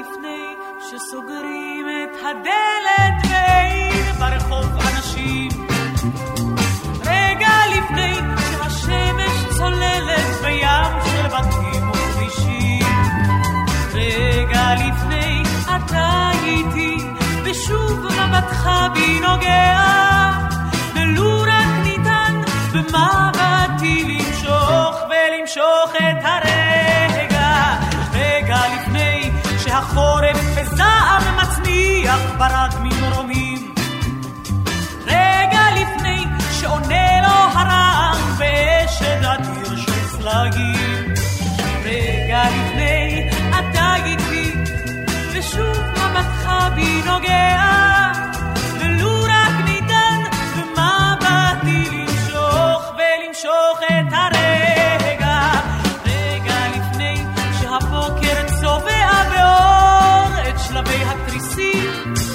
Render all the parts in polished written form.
לפני שסוגרים את הדלת ואין ברחוב אנשים, רגע לפני שהשמש צוללת בים של בתים וכבישים, רגע לפני אתה איתי ושוב מבטך בי נוגע, ולו רק ניתן במבטי למשוך ולמשוך את הרגע, רגע לפני שהחורף בזעם מצמיח ברד ממרומים, רגע לפני שעונה לו הרעם באשד אדיר של סלעים, רגע לפני אתה איתי ושוב מבטך בי נוגע, ולו רק ניתן במבטי למשוך ולמשוך את הרגע, רגע לפני שהבוקר צובע באור את שלבי התריסים,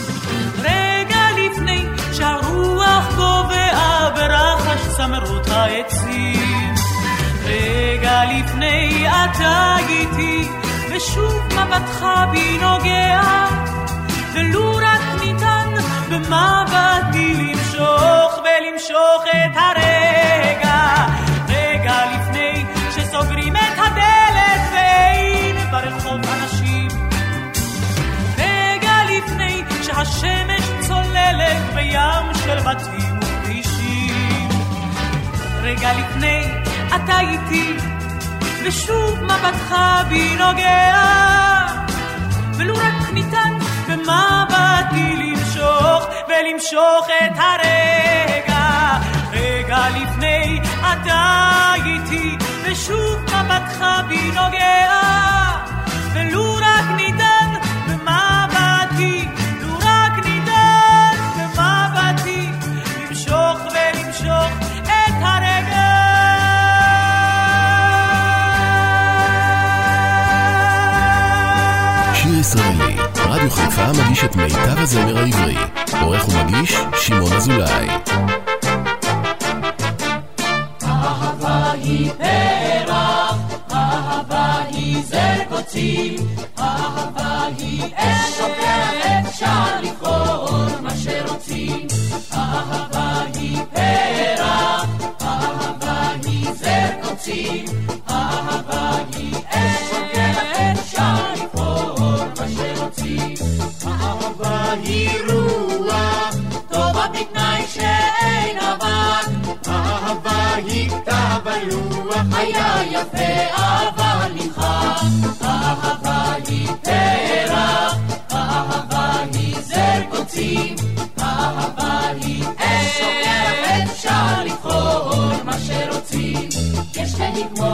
רגע לפני שהרוח גובע ברחש צמרות העצים, רגע לפני אתה איתי ושוב מבטך בי נוגע, ולו רק ניתן במבטי למשוך ולמשוך את הרגע, רגע לפני שסוגרים את הדלת ואין ברחוב אנשים, רגע לפני שהשמש צוללת בים של בתים וכבישים, רגע לפני אתה איתי ושוב מבטך בי נוגע, ולו רק ניתן במבטי למשוך ולמשוך את הרגע, רגע לפני אתה איתי ושוב מבטך בי נוגע, ולו רק ניתן במבטי, לו רק ניתן במבטי למשוך ולמשוך את הרגע. שיר ישראלי, רדיו חיפה מגיש את מיטב הזמר העברי. עורך ומגיש שמעון אזולאי. אהבה היא פרח, אהבה היא זר קוצים, אהבה היא אש שוקעת, אפשר לבחור מה שרוצים. אהבה היא פרח, אהבה היא זר קוצים, אהבה היא אש שוקעת, אפשר לבחור מה שרוצים. אהבה היא רוח טובה בתנאי שאין אבק, אהבה היא כתב הלוח היה יפה אבל נמחק. אהבה היא פרח, אהבה היא זר קוצים, אהבה היא אש שוקעת, אפשר לבחור מה שרוצים. יש לי כמו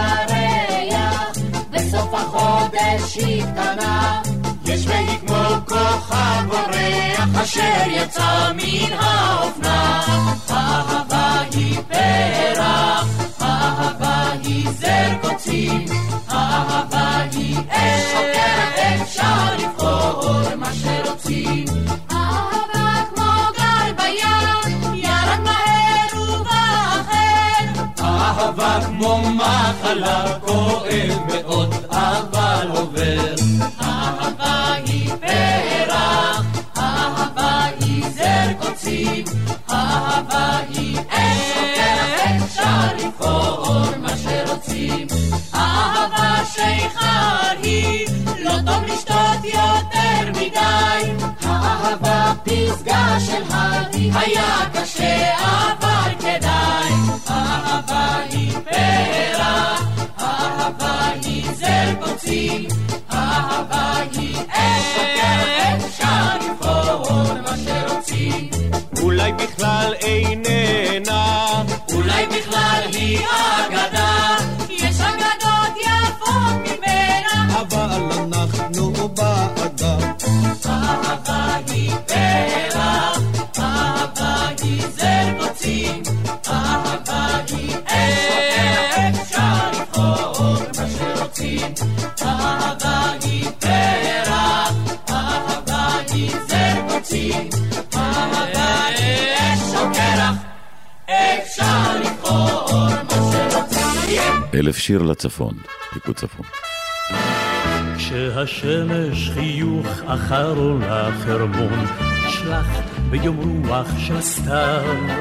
ירח בסוף החודש היא קטנה, יש לי כמו כוכב אורח אשר יצא מן האופנה. אהבה היא פרח, אהבה היא זר קוצים, אהבה היא אש שוקעת, אפשר לבחור מה שרוצים. אהבה כמו גל בים, ירד מהר ובאחר. אהבה כמו מחלה, כואב מאוד אבל עובר. אהבה היא פרח, אהבה היא זר קוצים, אהבה היא אש שוקעת, אפשר לבחור מה שרוצים. אהבה שיכר היא, לא טוב לשתות יותר מדי. אהבה פסגה של הרי, היה קשה אבל כדאי. אהבה היא פרח, אהבה היא זר קוצים, אהבה היא אש שוקעת, אפשר לבחור מה שרוצים. אולי בכלל איננה, אולי בכלל היא אגדה, יש אגדות יפות ממנה, אבל אנחנו בעדה. אהבה היא פרח, אהבה היא זר קוצים, אהבה היא אש שוקעת, אפשר לבחור מה שרוצים. אהבה היא פרח, אהבה היא זר קוצים, אהבה היא אש שוקעת, אפשר לבחור מה שרוצים. אלף שיר לצפון, פיקוד צפון. כש כשהשמש חיוך אחרון לחרמון, שלח ביום רוח של סתיו,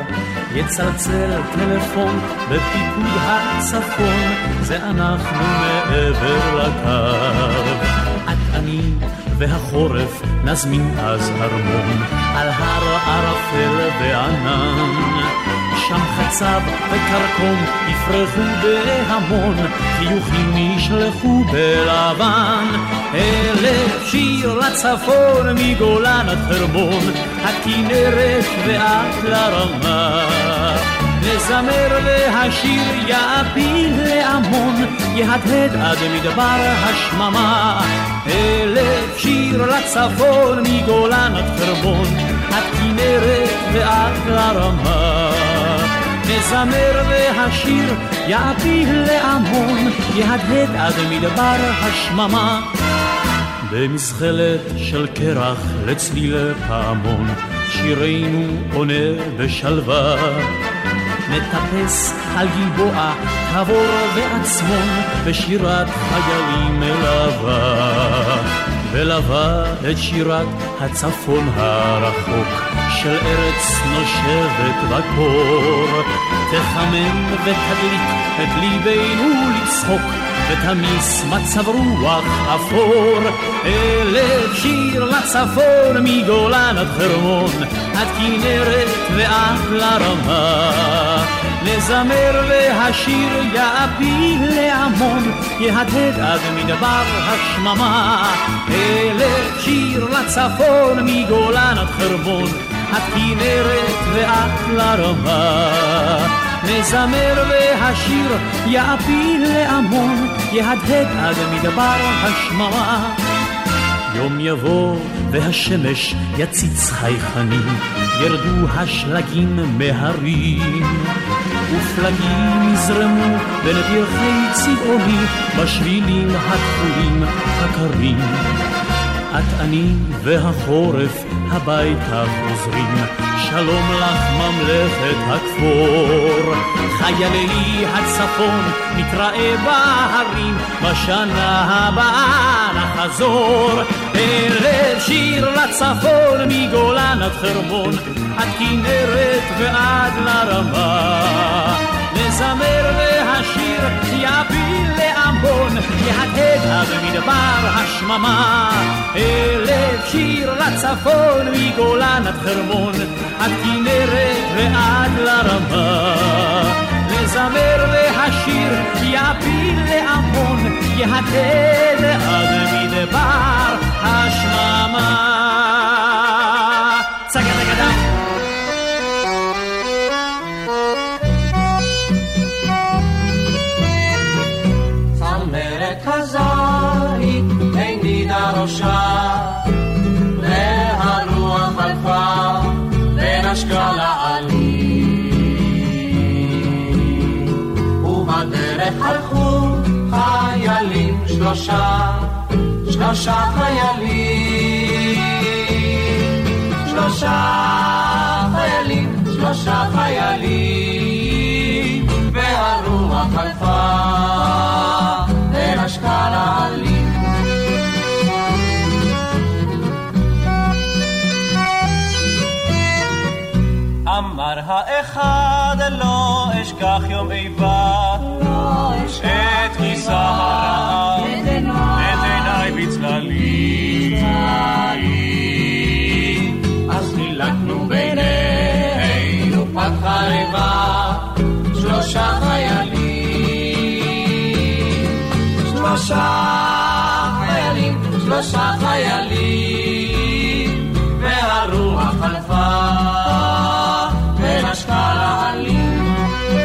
יצלצל טלפון בפיקוד הצפון, זה אנחנו מעבר לקו. את אני והחורף נזמין אז הרמון, על הר ערפל וענן, שם חצב וקרקום יפרחו בהמון, חיוכים ישלחו בלבן. אלף שיר לצפון מגולן עד חרמון, הכנרת ועד לרמה, נזמר והשיר יעפיל להמון, יהדהד עד מדבר השממה. אלף שיר לצפון מגולן עד חרמון, הכנרת ועד לרמה, נזמר והשיר יעפיל להמון, יהדהד עד מדבר השממה. במזחלת של קרח לצליל פעמון, שירנו עונה בשלווה, נטפס על גלבוע, תבור ועצמון, בשירת חיילים מלווה, ולווה את שירת הצפון הרחוק, של ארץ נושבת בקור. תחמם ותדליק את ליבנו לצחוק, ותמיס מצב רוח אפור. אלף שיר לצפון מגולן עד חרמון, עד כנרת ועד לרמה, נזמר והשיר יעפיל להמון, יהדהד עד מדבר השממה. אלף שיר לצפון מגולן עד חרמון, עד כנרת ועד לרמה, נזמר והשיר יעפיל להמון, יהדהד עד מדבר השממה. יום יבוא והשמש יציץ חייכנים, ירדו השלגים מהרים, ופלגים יזרמו בין פרחי צבעוני, בשבילים הכחולים הקרים. את אני והחורף הביתה חוזרים, שלום לך ממלכת הכפור. חיילי הצפון נתראה בהרים, בשנה הבאה נחזור. אלף שיר לצפון מגולן עד חרמון, עד כנרת ועד לרמה, נזמר והשיר יעפיל להמון, יהדהד עד מדבר השממה. אלף שיר לצפון מגולן עד חרמון, עד כנרת ועד לרמה, נזמר והשיר יעפיל להמון, יהדהד עד מדבר השממה. והרוח חלפה ונשקה לעלים, ובדרך הלכו חיילים שלושה חיילים, והרוח חלפה ונשקה לעלים. אמר האחד לא אשכח יום איבה, את כיסה הרעה, את עיניי בצללים. אז חילקנו בינינו פת חרבה, שלושה חיילים, והרוח חלפה ונשקה לעלים.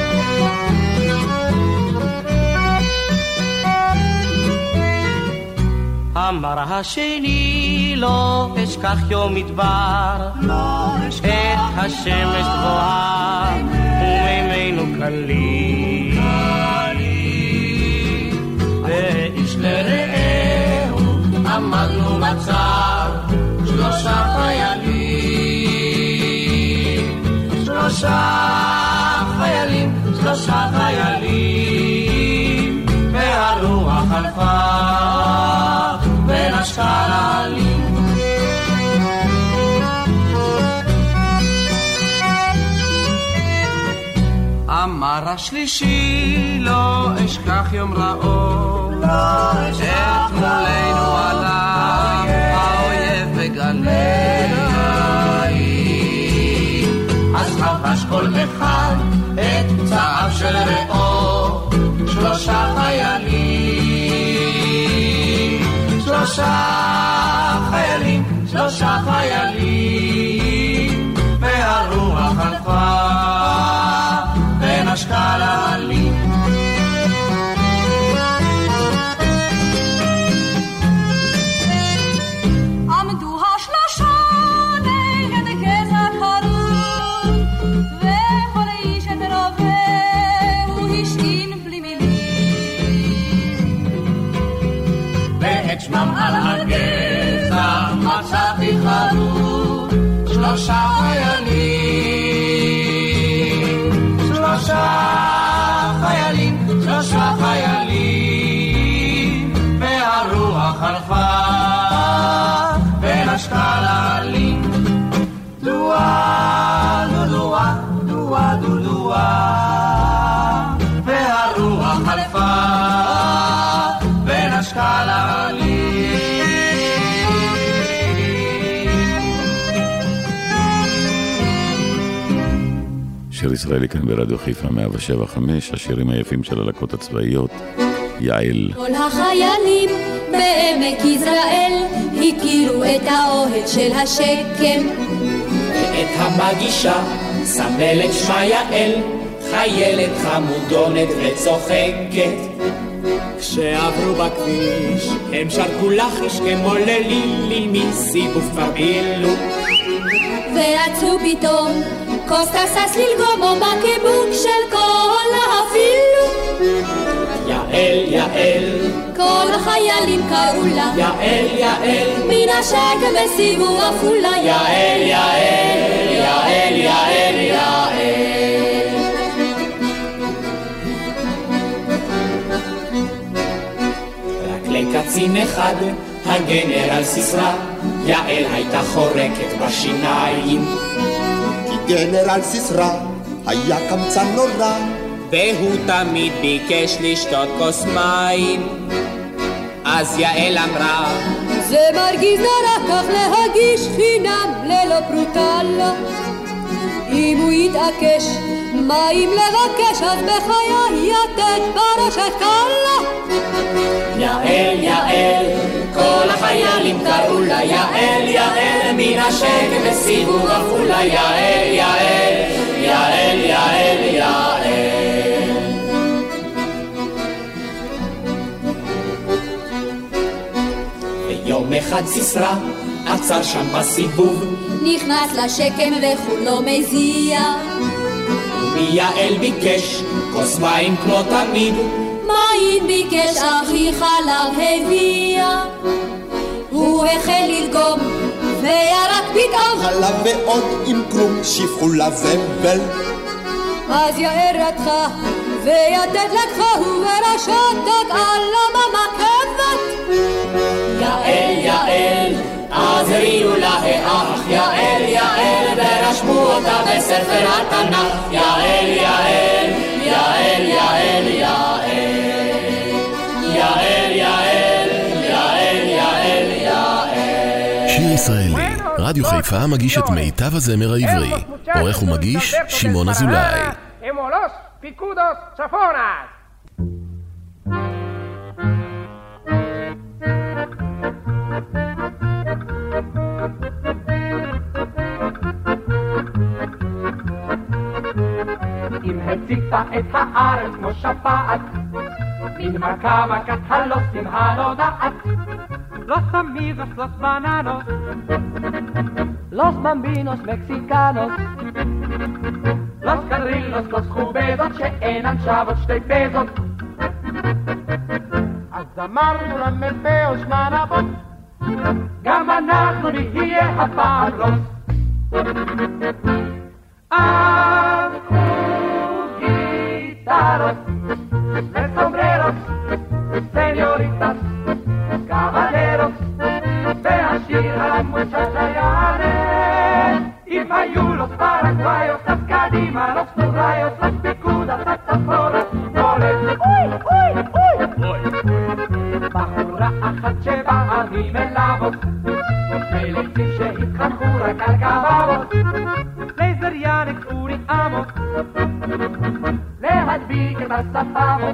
אמר השני לא אשכח יום מדבר, את השמש גבוהה ומימינו קלים, ואיש לרעהו עמדנו בצר, שלושה חיילים, והרוח חלפה הדבר השלישי, לא אשכח יום רעו, את מולנו עלה האויב וגלי, אז חבש כל אחד את צעב של רעו, 3 חיילים, 3 חיילים, 3 חיילים, והרוח חלפה בין השקללים. עמדו 3 נגד גזע חרוב, וכל איש את רובהו השכין בלי מילים. ואת שמם על הגזע מצאתי חרוב, 3 חיילים, 3 חיילים, 3 חיילים, והרוח חלפה בין השקללים. דואה, דואה, דואה, דואה, והרוח חלפה בין השקללים. שיר ישראלי כאן ברדיו חיפה 107.5, השירים היפים של הלהקות הצבאיות. יעל. כל החיילים בעמק יזרעאל הכירו את האוהל של השקם, ואת המגישה סמלת שמה יעל, חיילת חמודונת וצוחקת. כשעברו בכביש הם שרקו לחיש כמו ללילי, מסיבוב כבר בילו, ורצו פתאום קוסטה סס ללגומו בקיבוק של כל האפילו. יעל, יעל, כל החיילים קראו לה יעל, יעל, מן השקם בסיבוב אפולה. יעל, יעל, יעל, יעל, יעל. רק לקצין אחד, הגנרל סיסרא, יעל הייתה חורקת בשיניים, כי גנרל סיסרא היה קמצן נורא, והוא תמיד ביקש לשתות כוס מים. אז יעל אמרה, זה מרגיז נורא כך להגיש חינם ללא פרוטה. אם הוא יתעקש מים לבקש, אז בחיי יתת ברשת קלה. יעל, יעל, כל החיילים קראו לה יעל, יעל, מן השקם בסיבוב אפולה. יעל, יעל, יעל, יעל, יעל. ויום אחד סיסרא עצר שם בסיבוב, נכנס לשקם וכולו מזיע, ויעל ביקש כוס מים כמו תמיד, מים ביקש אחי חלב הביאה. הוא החל ללגום וירק פתאום, חלב ועוד עם כלום שפכו לזבל. אז יעל רתחה ויתד לקחה וברשתות על המקבת. יעל, יעל, אז הריעו לה האח. יעל, יעל, ורשמו אותה בספר התנ"ך. יעל, יעל, יעל, יעל, יעל, יעל, יעל, יעל, יעל, יעל. שיר ישראלי, רדיו חיפה מגיש את מיטב הזמר העברי. עורך ומגיש שמעון אזולאי. אמולוס פיקודוס צפונס. אם הציפה את הארץ כמו שפעת, מן מכה מכת הלוסים הנודעת. Los amigos, los bananos, los bambinos mexicanos, los carrilos, los jubedos שאינן שוות 2 פזות. אז אמרנו למטבע ושמן אבות, גם אנחנו נהיה הפעלות. אז גיטרות וסומבררות, סניוריטס, קבלרות, והשיר המושש היענה. אם היו los paraguayos, las cadimas, los turrayos, los picudas,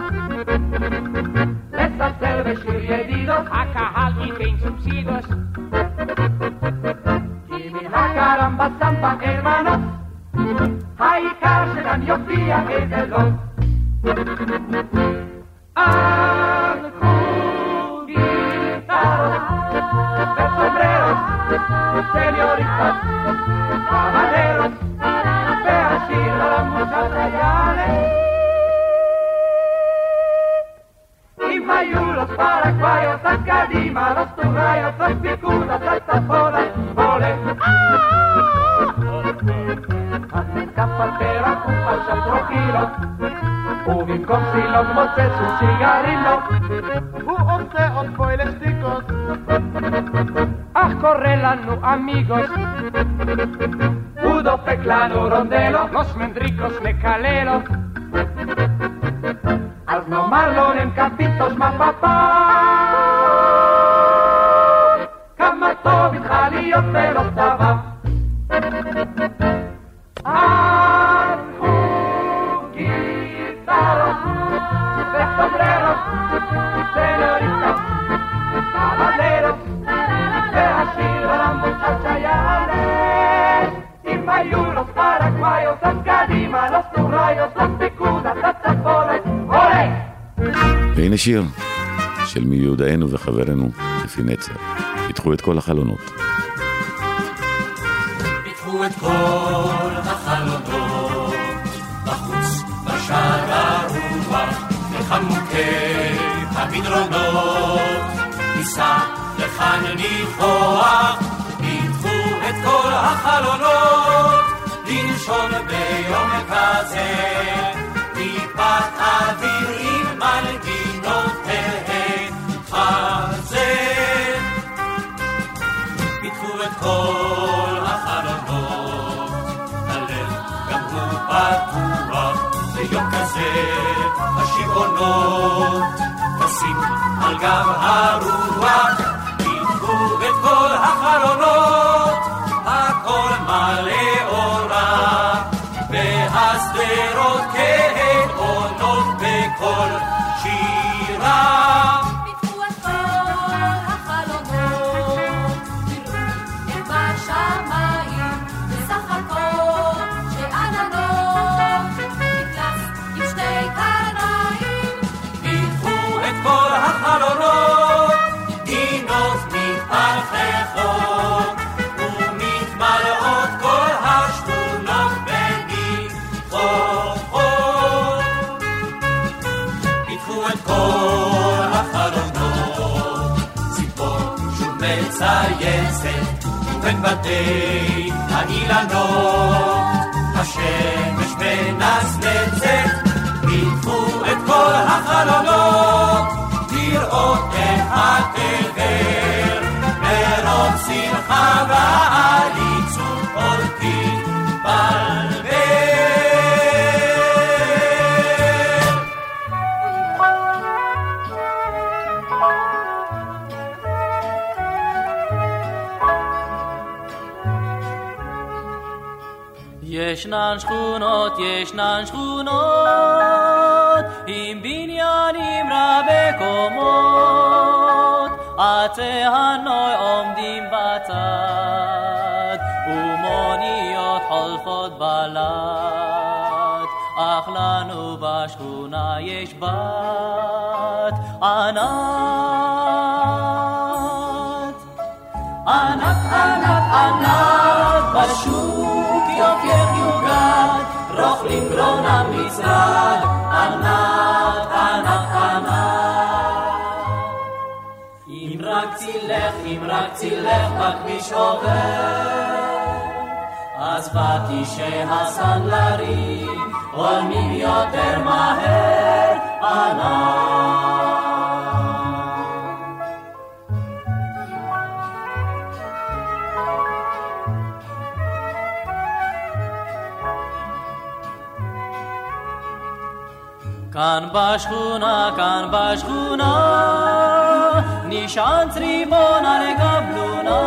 לצלצל בשיר ידידות, הקהל ייתן סובסידות, כי מן הקרמבה סמבה אין מנות, העיקר שכאן יופיע איזה לוט. אנחו גיטרות וסומבררות, סניוריטות, קבלרות, והשיר על המוזיקה יעלה. אם היו los paraguayos, אז קדימה, los turrayos, los picudas, las tazonas, ole. אז נתקפת ברחום על שם טרוקילות, ובמקום סילון מוצא סוס סיגרילות, הוא עושה עוד פוילסטיקות, אך קורא לנו אמיגוס, הוא דופק לנו רונדלו, los מנדריקוס מקללו, אז נאמר לו אין קפיטוס מפפה, כמה טוב איתך להיות ולא צבא. אנחו גיטרות וסומבררות, סניוריטות, קבלרות, והשיר על המוצ'צ'ה יעלה. אם היו los paraguayos, אז קדימה, los turrayos, los picudas, las tazonas, ole. והנה שיר של מיודענו וחברנו אפי נצר, פיתחו את כל החלונות. פיתחו את כל החלונות, בחוץ בשער הרוח, בחמוקי המדרונות, ניסה לכאן ניחוח, פיתחו את כל החלונות, לנשום ביום כזה, טיפת אוויר עם מנגינותיהן חזר. פיתחו את כל החלונות, הלב גם הוא פתוח, ביום כזה השבעונות תשים על גב הרוח. פיתחו את כל החלונות, הכל מלא אורה, והסדרות כהן עונות בכל שירה. פיתחו את כל החלונות, תראו איך בשמיים בסך הכל שעננות, מקלס עם שתי קרניים. פיתחו את כל החלונות, גינות מתפרחחות ומתמלאות כל השכונות בניחוחות. פיתחו את כל החלונות, ציפור שוב מצייצת ובין בתי האילנות, השמש מנסנצת. פיתחו את כל החלונות, לראות את התבר, מרוב שמחה ועליצות פורקים בלבר. ישנן שכונות עם בניינים רבי קומות, עצי הנוי עומדים בצד ומוניות חולפות בלט, אך לנו בשכונה יש בת ענת, ענת ענת ענת בשוק יופייך יוגד, רוכלים גרון המשרד, ענת ענת ענת. אם רק צילך בכביש עובר, אז באתי שהסנדלרים עולמים יותר מהר, ענת. כאן בשכונה נשען צריבון על גבלונה,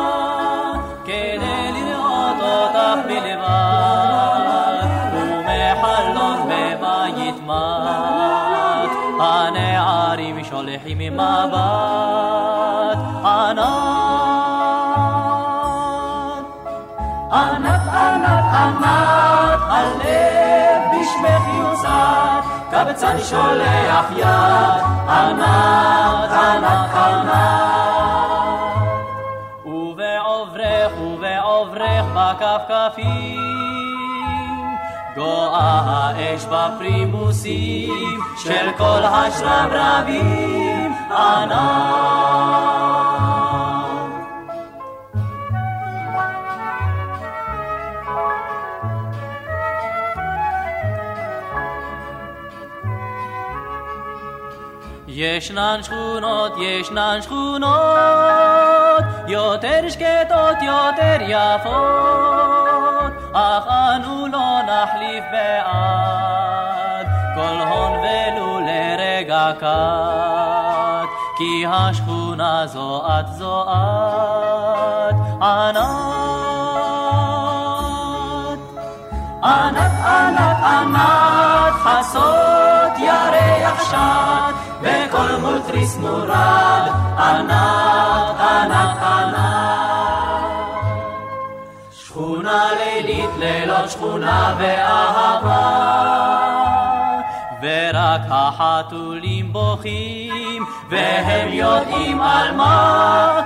כדי לראות אותך בלבד, ומחלון בבית מת עם מבט ענת. ענת, ענת, ענת, הלב בשמך יוצאת, קבצן שולח יד, ענת, ענת, ענת. ובעוברך, ובעוברך בכפכפים, גואה האש בפרימוסים של כל השרברבים, ענת. ישנן שכונות יותר שקטות, יותר יפות, אך אנו לא נחליף בעד כל הון ולו לרגע קט, כי השכונה זו את, זו את, ענת. ענת, ענת, ענת, חסות ירח שט, וכל מול תריס מורד, ענת, ענת, ענת. שכונה לילית, לילות שכונה ואהבה, ורק החתולים בוכים, והם יודעים על מה,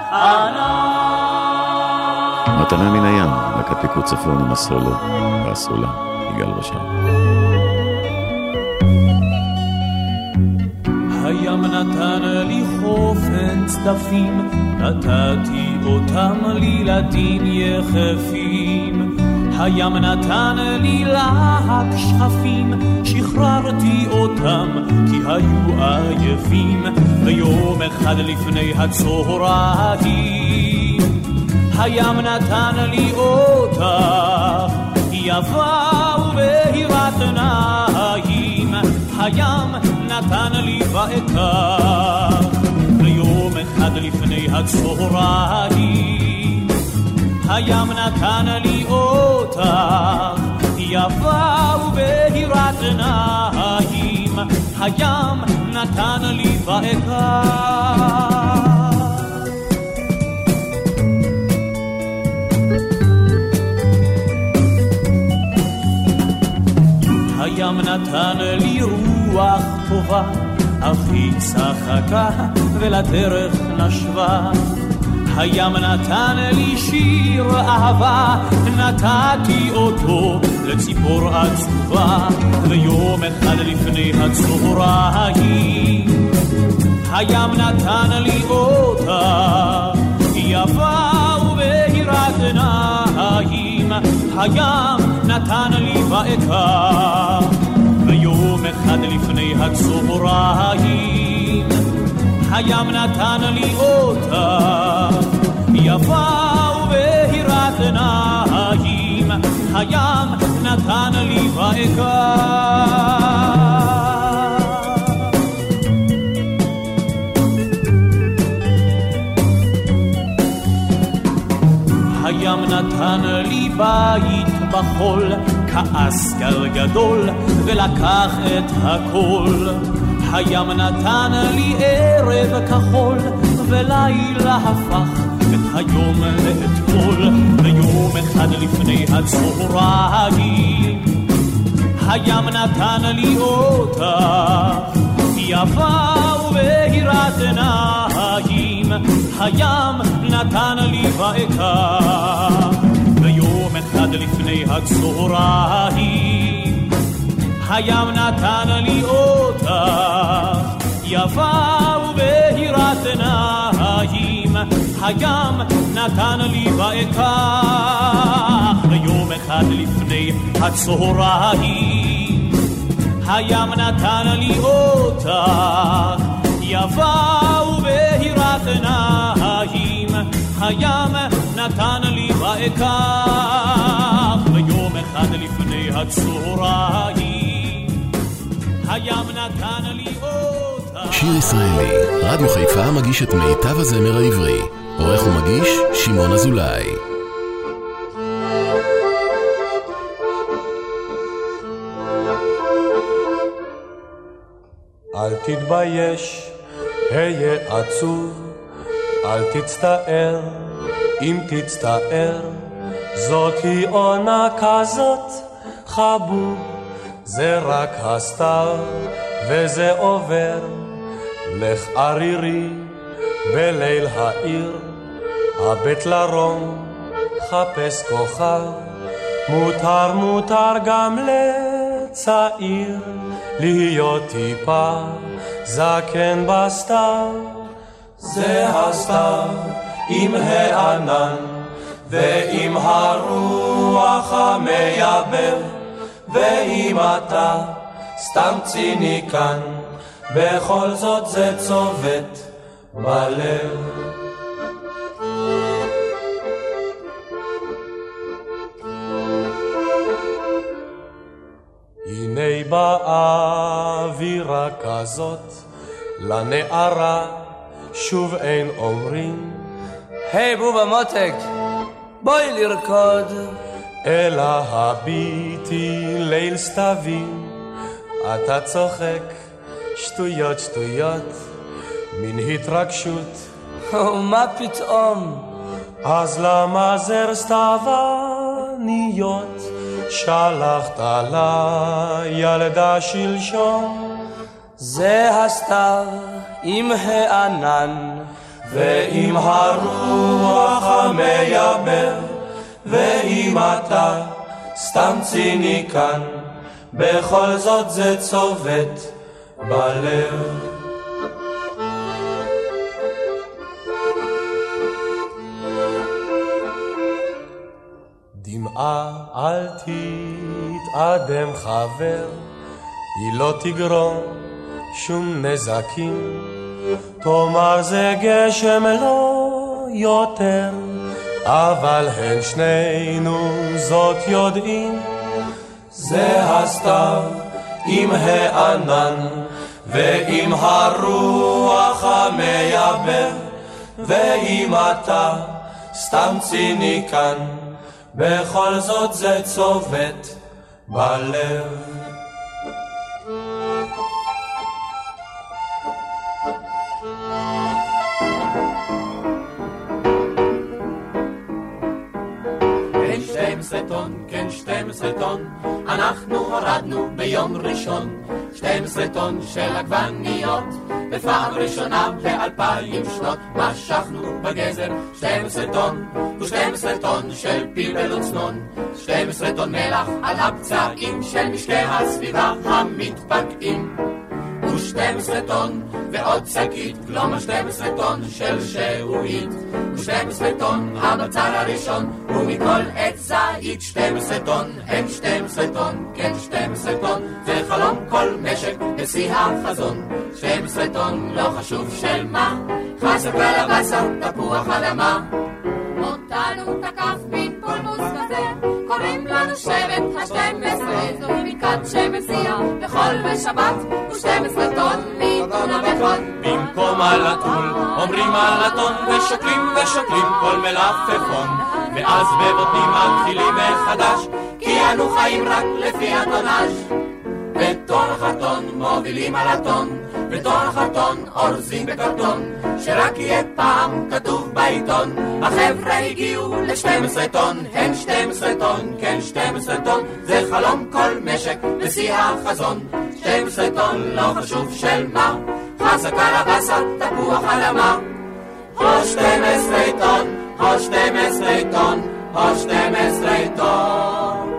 ענת. מתנה מן הים, להקת פיקוד צפון עם הסולו והסולה, יגאל בשן. הים נתן לי חופן צדפים, נתתי אותם לילדים יחפים. הים נתן לי להק שחפים, שחררתי אותם כי היו עייפים. ויום אחד לפני הצהריים, הים נתן לי אותך, יפה ובהירת עיניים. הים נתן לי ואקח, ויום אחד לפני הצהריים, הים נתן לי אותך, יפה ובהירת עיניים. הים נתן לי ואקח. הים נתן לי רוח טובה, אך היא צחקה ולדרך נשבה. הים נתן לי שיר אהבה, נתתי אותו לציפור עצובה. ויום אחד לפני הצהריים, הים נתן לי אותה, יפה ובהירת עיניים. הים נתן לי ואקח, ויום אחד לפני הצהריים, הים נתן לי אותה, יפה ובהירת עיניים. הים נתן לי ואקח. הים נתן לי בית בחול, כאסקר גדול, ולקח את הכל. הים נתן לי ערב כחול, ולילה הפך את היום לאתמול. ויום אחד לפני הצהריים, הים נתן לי אותה, יפה ובהירת עיניים. הים נתן לי ואקח, ויום אחד לפני הצהריים, הים נתן לי אותה, יפה ובהירת עיניים. הים נתן לי ואקח, ויום אחד לפני הצהריים, הים נתן לי אותה, יפה ובהירת עיניים. הים נתן לי ואקח, ויום אחד לפני הצהריים, הים נתן לי אותה. שיר ישראלי, רדיו חיפה מגיש את מיטב הזמר העברי. עורך ומגיש שמעון אזולאי. אל תתבייש היה עצוב, אל תצטער, אם תצטער, זאת היא עונה כזאת, חבוב, זה רק הסתיו, וזה עובר, לך ערירי, בליל העיר, הבית לרום, חפש כוכב, מותר גם לצעיר, להיות טיפה זקן בסתיו. זה הסתיו עם הענן ועם הרוח המייבב, ואם אתה סתם ציניקן, בכל זאת זה צובט בלב. הנה באווירה כזאת לנערה שוב אין אומרים, היי בובה מותק, בואי לרקוד, אלא הביטי ליל סתבים, אתה צוחק שטויות שטויות, מן התרגשות, ומה פתאום? אז למה זר סתיווניות שלחת לילדה שלשום? זה הסתיו עם הענן ועם הרוח המייבב, ואם אתה סתם ציניקן, בכל זאת זה צובט בלב. דמעה אל תתאדם חבר, היא לא תגרום שום נזקים, תאמר זה גשם לא יותר, אבל הן שנינו זאת יודעים, זה הסתיו עם הענן ועם הרוח המייבב, ואם אתה סתם ציניקן, בכל זאת זה צובט בלב. כן 12 טון, כן 12 טון, אנחנו הורדנו ביום ראשון 12 טון של עגבניות, בפעם ראשונה ב2000 שנות משכנו בגזר 12 טון ו12 טון של פלפל וצנון, 12 טון מלח על הפצעים של משקי הסביבה המתפקעים, ו12 טון ועוד שקית, כלומר 12 טון של שעועית, ו12 טון המוצר הראשון, ומכל עץ זית 12 טון, הם 12 טון, כן 12 טון, זה חלום כל משק בשיא החזון, 12 טון לא חשוב של מה, חסר קלבסה, תפוח אדמה, אותנו תקף בין פולמוס כזה, קוראים לנו שבט ה-12, זוהי מכת שמסיע בכל בשבת, ו12 טון מדונם אחד. במקום על הטול אומרים על הטון, ושוקלים כל מלפפון, ואז בבוטנים מתחילים מחדש, כי אנו חיים רק לפי הטונאז'. בתור החרטון מובילים על הטון, בתור החרטון אורזים בקרטון, שרק יהיה פעם כתוב בעיתון, החבר'ה הגיעו ל12 טון, הם 12 טון, כן 12 טון, זה חלום כל משק בשיא החזון, 12 טון לא חשוב של מה, חסה קלבסה, תפוח אדמה, או 12 טון, או 12 טון, או 12 טון.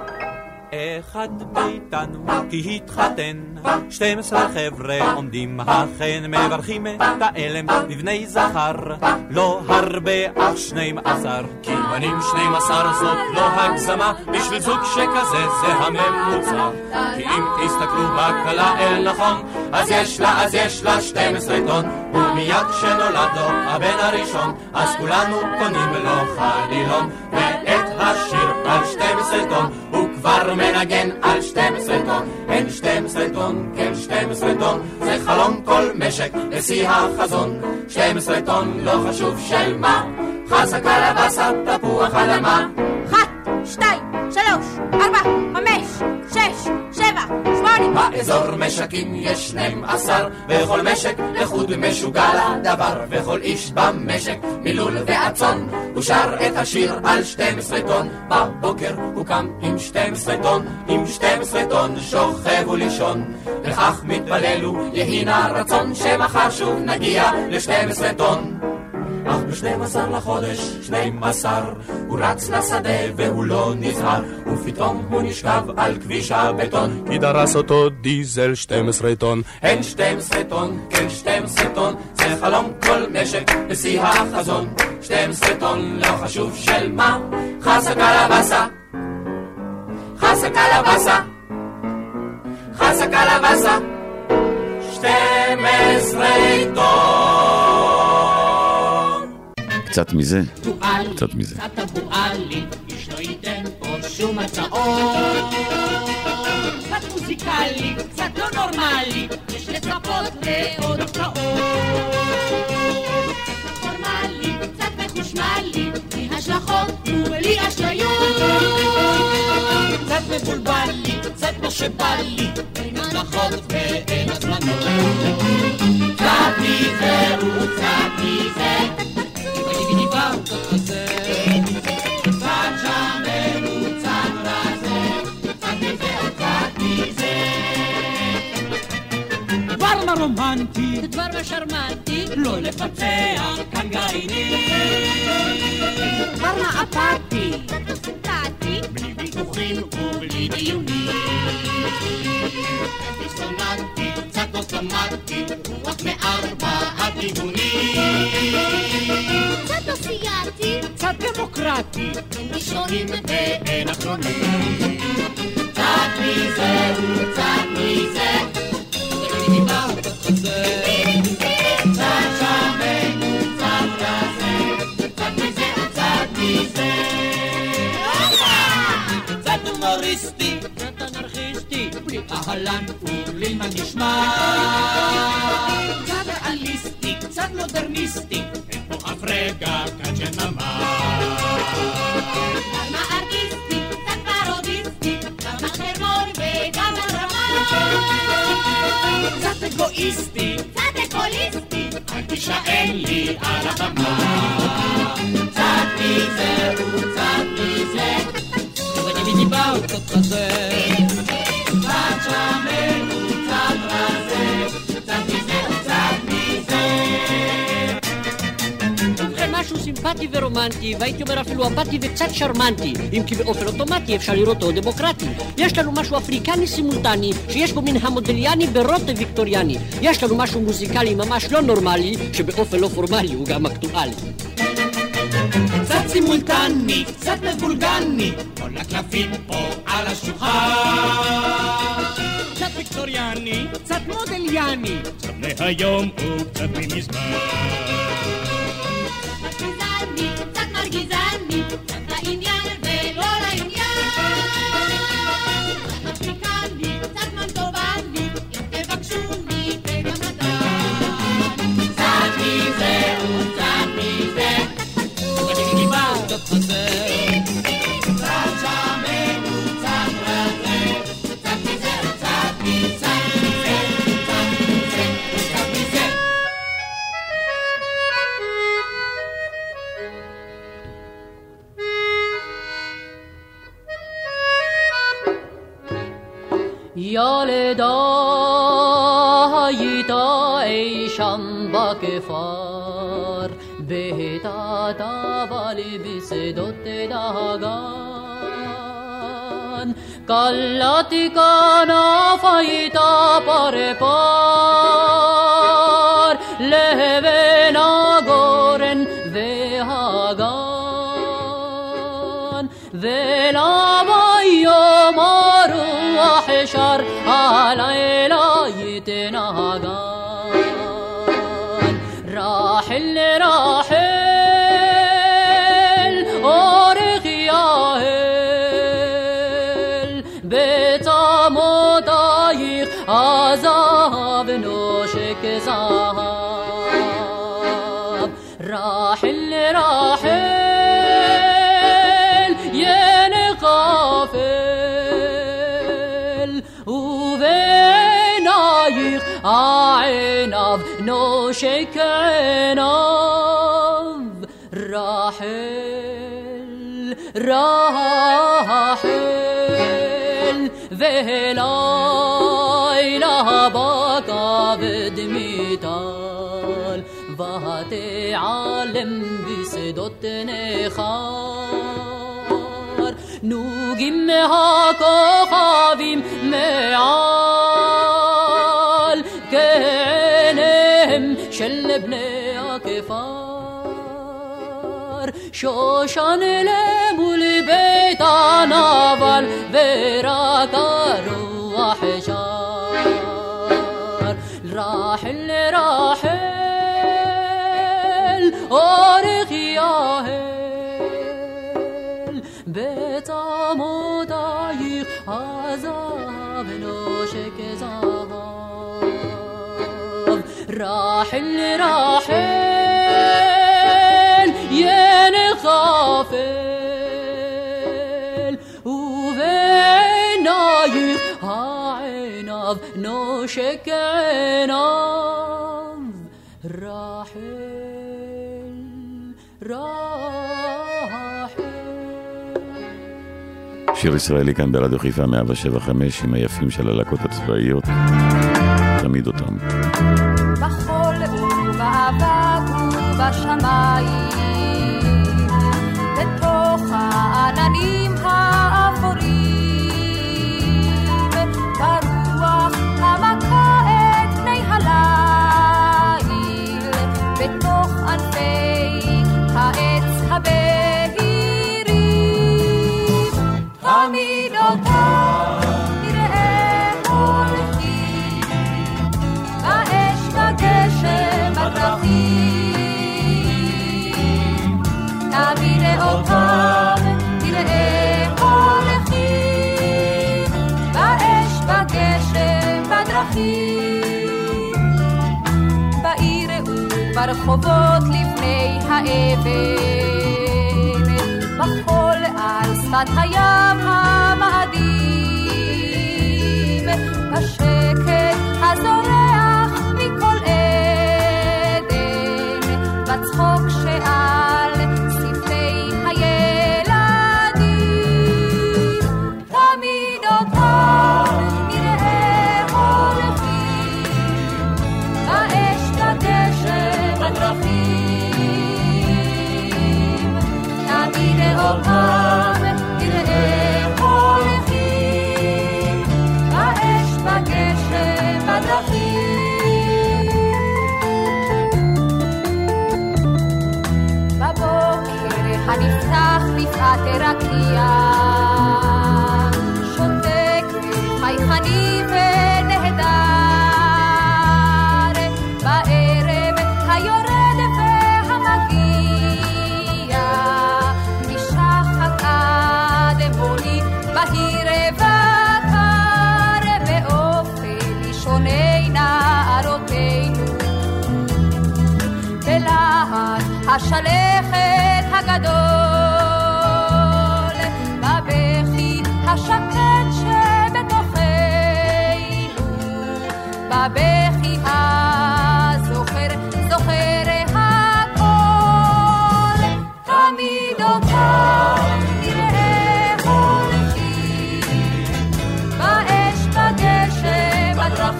אחד ביתנו כי התחתן, 12 חבר'ה עומדים החן, מברכים את האלם בבני זכר, לא הרבה אך 12, כי בנים 12 זאת לא הגזמה, בשביל זוג שכזה זה הממוצע, כי אם תסתכלו בכלה אל נכון, אז יש לה 12 טון, ומיד כשנולד לו הבן הראשון, אז כולנו קונים לו חלילון, ואת השיר על 12 טון הוא כבר מנגן על 12 טון, אין 12 טון, כן 12 טון, זה חלום כל משק בשיא החזון, 12 טון לא חשוב של מה, חסה קלבסה, תפוח אדמה, 1, 2, 3, 4, 5, 6, 7, 8, באזור משקים יש 12, וכל משק לחוד משוגע לדבר, וכל איש במשק מילול ועצון הוא שר את השיר על 12 טון. בבוקר הוא קם עם 12 טון, עם 12 טון שוכב ולישון, וכך מתפללו יהי נא רצון שמחר שוב נגיע ל12 טון. אך ב12 לחודש 12 הוא רץ לשדה והוא לא נזהר, ופתאום הוא נשכב על כביש הבטון, כי דרס אותו דיזל 12 טון. אין 12 טון, כן 12 טון, זה חלום כל משק בשיא החזון. 12 טון לא חשוב של מה, חסה קלבסה, חסה קלבסה, חסה קלבסה, 12 טון. קצת מזה, קצת מזה. קצת אבואלי, איש לא ייתן פה שום הצעות. קצת מוזיקלי, קצת לא נורמלי, יש לצפות לעוד הפתעות. קצת פורמלי, קצת מחושמלי, בלי השלכות ובלי אשליות. קצת מבולבלי, קצת כמו שבא לי, אין הנחות ואין הזמנות. קצת מזה וקצת מזה, רומנטי, דבר ושרמנטי, לא לפצח כאן גרעיני. דבר מאפתי, קצת סינטטי, בלי ויכוחים ובלי דיונים. קצת דיסוננטי, קצת אוטומטי, רוח מארבע הכיוונים. קצת אופייתי, קצת דמוקרטי, אין ראשונים ואין אחרונים. קצת מזה וקצת מזה, קצת הומוריסטי, קצת אנרכיסטי, בלי אהלן ובלי מה נשמע. קצת ריאליסטי, קצת מודרניסטי, אין פה אף רגע כאן של ממש. קצת מארטיסטי, קצת פרודיסטי, גם החרמון וגם הרמה. קצת אגואיסטי, קצת אקוליסטי, אל תישאל לי על הבמה. קצת מזה וקצת מזה, ובדיבידי באו קצת כזה, קצת שמן וקצת רזה, קצת מזה וקצת מזה. ובכן משהו סימפטי ורומנטי, והייתי אומר אפילו אמפתי וקצת שרמנטי, אם כי באופן אוטומטי אפשר לראותו דמוקרטי. יש לנו משהו אפריקני סימולטני, שיש בו מן המודליאני ברוטב ויקטוריאני. יש לנו משהו מוזיקלי ממש לא נורמלי, שבאופן לא פורמלי הוא גם אקטואלי. קצת סימולטני, קצת מבולגני, כל הקלפים פה על השולחן. קצת ויקטוריאני, קצת מודליאני, קצת מהיום וקצת ממזמן. קצת גזעני, קצת מרגיזני, קצת לעניין ולא לעניין. קצת אפריקני, קצת מנטובני, אם תבקשוני וגם נתן. קצת מזה וקצת מזה, קצת חזה, קצת שמן וקצת רזה, קצת מזה וקצת מזה, קצת מזה וקצת מזה. ילדה הייתה אי שם בכפר, בהיטתה לי בשדות דגן. קלעתי כנף הייתה פרפר, לבין הגורן והגן. ולמה יום הרוח שר, הלילה יתנגן. רחל רחל אורך יהל, בצמותייך הזהב נושק זהב. רחל רחל ינחפל ובן נושק עיניו רחל, רחל, ולילה בכבד מטל, ותעלם בשדות נכר, נוגים הכוכבים מעל, כעיניהם של בני הכפר, שושן למול בית הנבל, ורק הרוח שר, רחל רחל, אורך יהל, בצמותייך הזהב נושק זהב, רחל רחל, ינך אפל, ובעינייך העיניו נושק עיניו, רחל, רחל. שיר ישראלי כאן ברדיו חיפה 107.5 עם היפים של הלהקות הצבאיות, תמיד אותם. בחול ובאבק ובשמיים, בתוך העננים האפורים, ברוח המכה את פני הליל, בתוך ענפי העץ הבהירים, תמיד אותם נראה הולכים, באש בגשם בדרכים, תמיד אותם נראה הולכים, באש בגשם בדרכים, בעיר וברחובות לפני האבן, בחול על שפת הים המאדים, בשקט הזורח מכל עדן, בצחוק שעל שפתי הילדים, תמיד אותם נראה הולכים, באש בגשם בדרכים, תמיד אותם נראה הולכים, באש בגשם בדרכים. בבוקר הנפתח בפעת רקיע, שותק וחייכני ונהדר, בערב היורד והמגיע, משחק עד מולי בהיר וקר, באופן לישוני נערותינו, בלהט השלכת הגדול, בבכי השקט שבתוכנו, בבכי הזוכר, זוכר הכל, תמיד אותם נראה הולכים, באש בגשם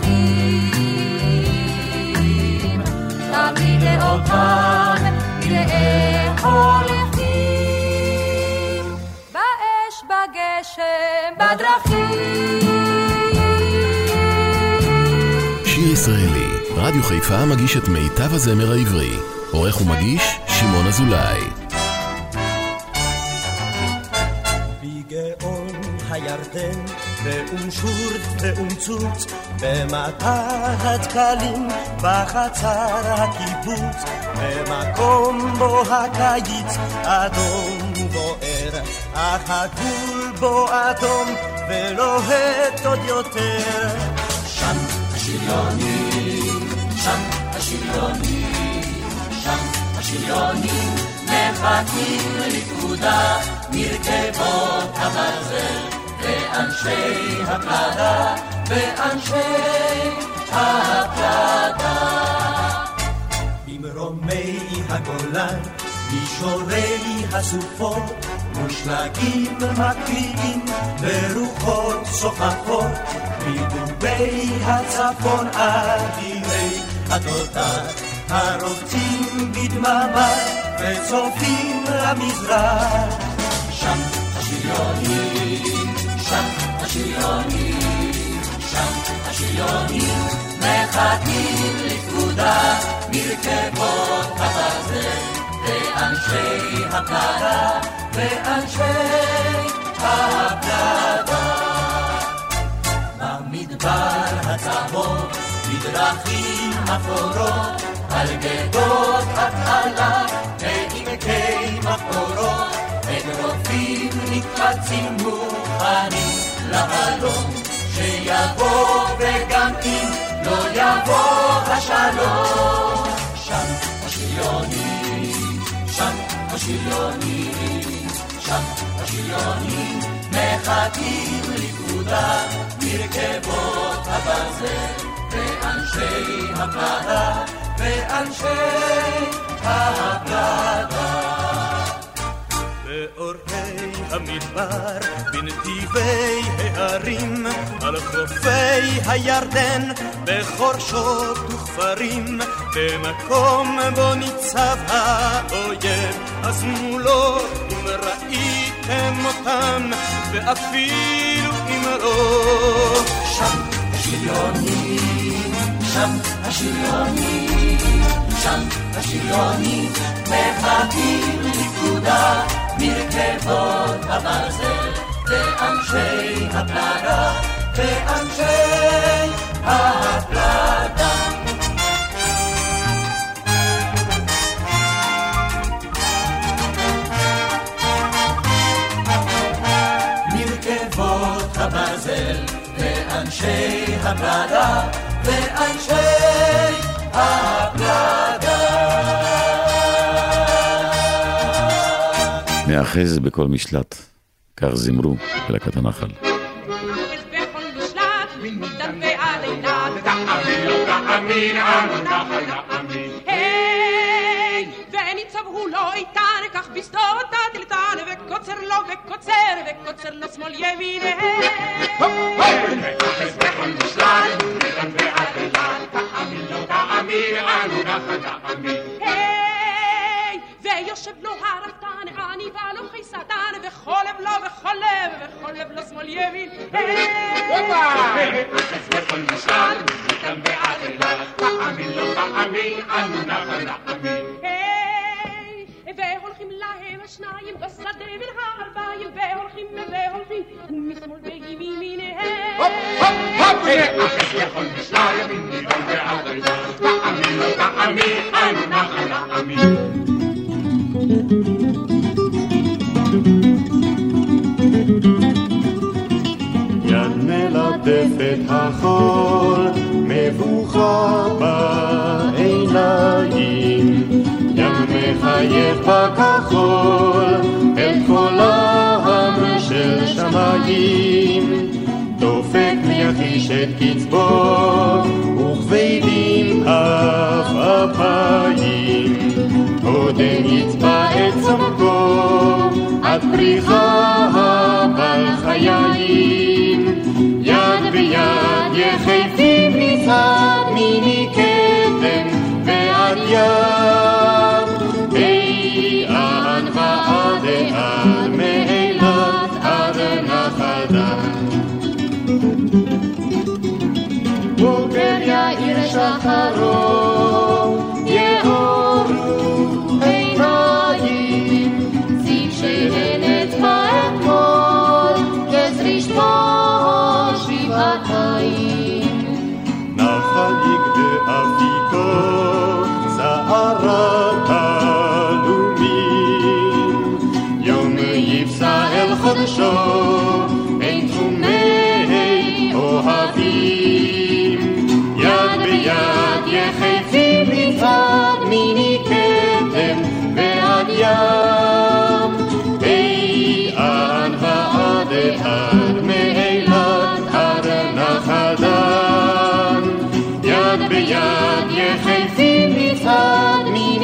בדרכים, תמיד אותם נראה הולכים, באש בגשם בדרכים. שיר ישראלי, רדיו חיפה מגיש את מיטב הזמר העברי. עורך ומגיש שמעון אזולאי. בגאון הירדן ואונשורט ואונצוץ, במטר הדקלים בחצר הקיבוץ, במקום בו הקיץ אדום בוער, אך הגבול בו אדום ולוהט עוד יותר. שם השריונים, שם השריונים, שם השריונים מחכים לפקודה, מרכבות הברזל ואנשי הפלדה, ואנשי הפלדה. ממרומי הגולן, מישורי הסופות, מושלגים מקריאים ברוחות שוחחות, מדובי הצפון אדירי התותח, הרובצים בדממה וצופים למזרח. שם השריונים, שם השריונים, שם השריונים, מחכים לפקודה מרכבות הברזל, ואנשי הפלדה, ואנשי הפלדה. במדבר הצהוב, בדרכים אפורות, על גדות התעלה, ועמקי מחבורות, אגרופים נקפצים מוכנים לחלום, שיבוא וגם אם לא יבוא השלום. שם השריונים, שם השריונים, שם השריונים, מחכים לפקודה מרכבות הברזל, ואנשי הפלדה, ואנשי הפלדה. באורכי המדבר, בנתיבי הערים, על חופי הירדן, בחורשות וכפרים, במקום בו ניצב האויב, אז מולו אם ראיתם אותם, ואפילו אם לא. שם השריונים, שם השריונים, שם השריונים, מחכים לפקודה מרכבות הברזל, ואנשי הפלדה, ואנשי הפלדה. מרכבות הברזל, ואנשי הפלדה, ואנשי הפלדה. מאחז בכל משלט, כך זמרו בלהקת הנחל. וניצב הוא לא איתן, כך בשדות הדלתן, וקוצר לו וקוצר, וקוצר לו שמאל ימין. מאחז בכל משלט, ניתן ועדלן, תאמין לא תאמין, אנו נחל תאמין. ויושב לו הרפתן, אני בא לו חיסתן, וחולב לו וחולב, וחולב לו שמאל ימין. מאחז בכל משלט, ניתן ועדלן, תאמין לא תאמין, אנו נחל תאמין. והולכים להם השניים בשדה בין הארבעים, והולכים והולכים משמאל וימיניהם. מאחז בכל משלט, ניתן ועדלן, תאמין לא תאמין, אנו נחל תאמין. יד מלטפת החול, מבוכה בעיניים, ים מחייך בכחול, אל קולם של שמיים, דופק מיחיש את קצבו, וכבדים אף אפיים, עודן יצבע את צמקו, עד פריחה בעל חיים, יד ביד יחפים מצד מיני קדם ועד ים, עד ועד עד מאילת עד נחל דן. בוקר יאיר שחרו, יאורו עיניים, זיו שהנית מאתמול, גזריש פה שבעתיים. נחל יגדה אפיקו, סערת הלומים, יום יפסע אל חודשו, אין תחומי אוהבים, יד ביד יחפים מצד מיני קדם ועד ים, עד ועד עד מאילת עד נחל דן, יד ביד יחפים מצד מיני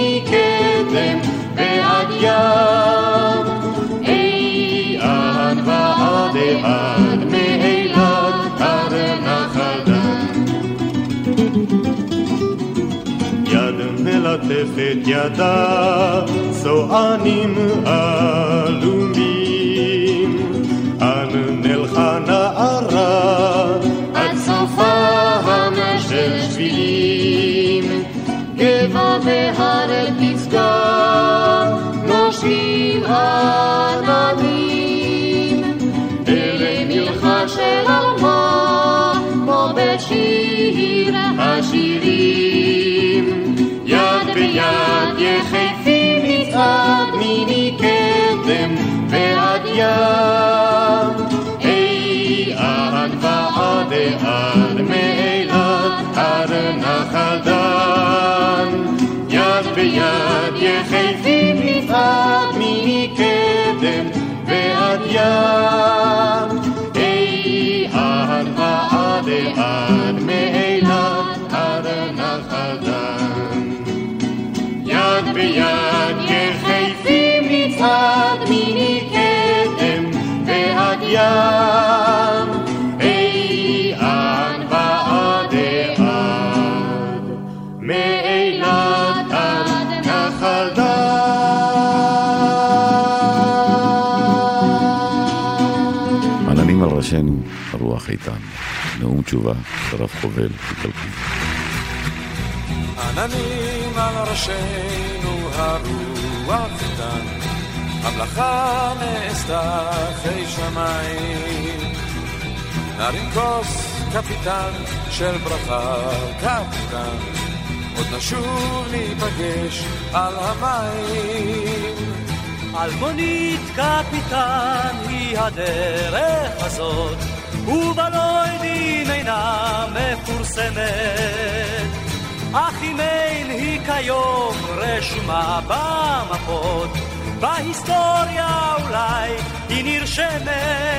את ידה צוענים עלומים. נלכה נערה עד סופם של שבילים, גבע והר אל פסגה נושבים עננים. אלה מלכה של אלמה כמו בשיר השירים, יד ביד יחפים נצעד מיני קדם ועד ים. אי עד ועד עד מאילת עד נחל דן, יד ביד יחפים נצעד מיני קדם ועד ים. אי עד ועד עד מאילת עד נחל דן, יד ביד יחפים נצעד מיני קדם ועד ים. אי עד ועד עד מאילת עד נחל דן. עננים על ראשנו, הרוח איתן. נאום תשובה, שרף חובל, איטלקי. עננים על ראשנו, הרוח איתן. המלאכה נעשתה אחרי שמיים. נרים כוס קפיטן של ברכה, קפיטן. עוד נשוב ניפגש על המים. אלמונית קפיטן היא הדרך הזאת, ובלוידים אינה מפורסמת, אך אם אין היא כיום רשומה במפות, בהיסטוריה אולי היא נרשמת.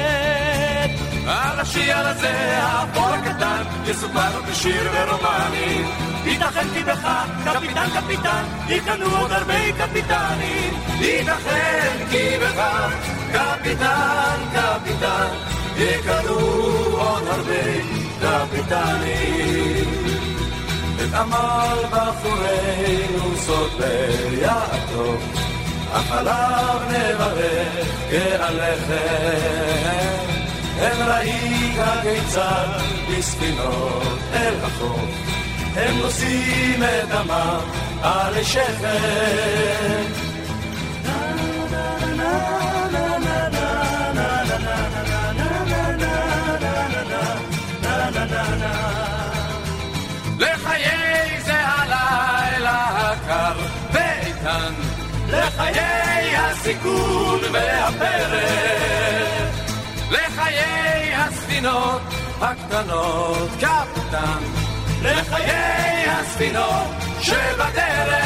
על השיר הזה האפור הקטן יסופר בשיר ורומנים, ייתכן כי בך קפיטן קפיטן יקנו עוד הרבה קפיטנים. ייתכן כי בך קפיטן קפיטן יקנו עוד הרבה קפיטנים. את עמל בחורנו סוד ביעתו, החלב נברך כעליכם. הם ראית כיצד בספינות אל החוף, הם נושאים את דמם על שכם. לחיי זה הלילה הקר ואיתן, לחיי הסיכון והפרק, לחיי הספינות הקטנות קפטן, לחיי הספינות שבדרך,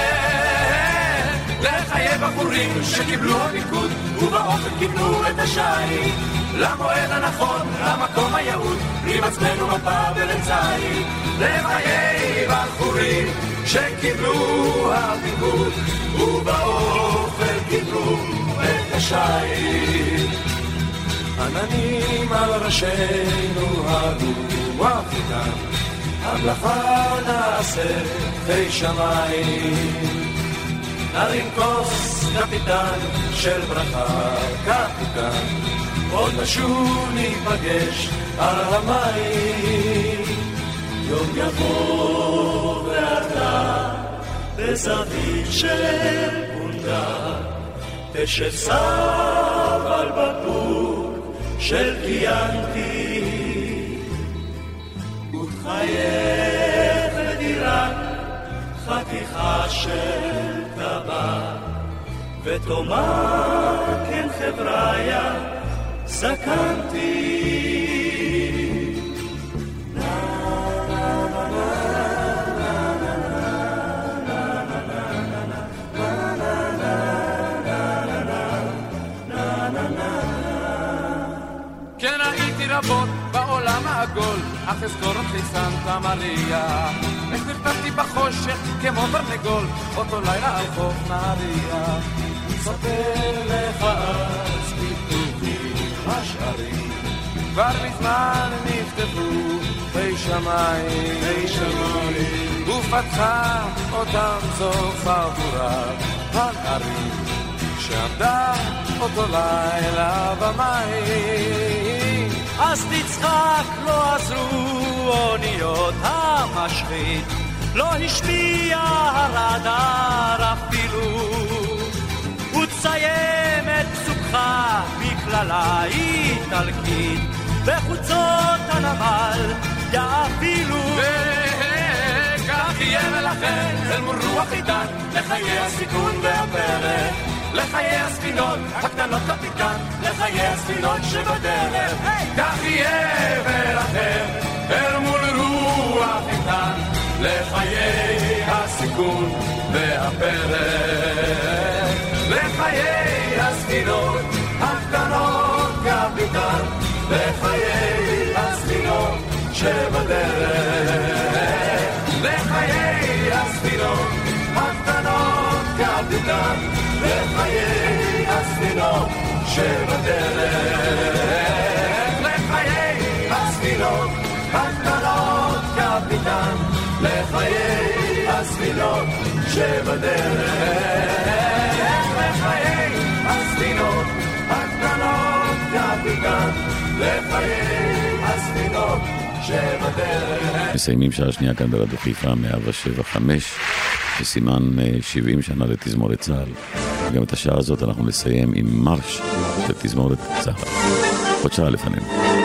לחיי בחורים שקיבלו הפיקוד ובאופן קיבלו את השייט, למועד הנכון, למקום היעוד, עם עצמנו מפה ולצייט. לחיי בחורים שקיבלו הפיקוד ובאופן קיבלו את השייט. עננים על ראשינו הרוח איתן, המלאכה נעשה חי שמיים. נרים כוס קפיטן של ברכה, קפיטן, עוד נשוב ניפגש על המים. יום יבוא ואתה בזווית של פונדה, תשב סב על בקבוק של קיאנטי, ותחייך לדירת חתיכה של טבק, ותאמר כן חבריה זקנתי. כן ראיתי רבות בעולם העגול, אך אזכור אותי סנטה מריה. איך נרפפתי בחושך כמו ברנגול, אותו לילה על חוף נהריה. ספר לך אז כתובים השערים, כבר מזמן נכתבו בי שמיים, בי שמיים. פתחה אותם זו חבורה הנערים שעמדה אותו לילה במים. אז תצחק לא עזרו אוניות המשחית, לא השפיע הרדאר אפילו, ותסיים את פסוקך בכללה איטלקית, בחוצות הנמל יאפילו. וכך יהיה ולכן אל מול רוח עידן, לחיי הסיכון והפרק, לחיי הספינות הקטנות קפיטן, לחיי הספינות שבדרך. כך יהיה ולכן אל מול רוח עידן, לחיי הסיכון והפרק, לחיי הספינות הקטנות קפיטן, לחיי הספינות שבדרך, לחיי הספינות הקטנות קפיטן, לחיי הספינות שבדרך, לחיי הספינות הקטנות קפיטן, לחיי הספינות שבדרך, לחיי הספינות הקטנות קפיטן, לחיי הספינות שבדרך. מסיימים שעה שנייה כאן ברדיו חיפה 107.5 בסימן 70 שנה לתזמורת צה"ל. גם את השעה הזאת אנחנו נסיים עם מרש לתזמורת צה"ל. עוד שעה לפנינו.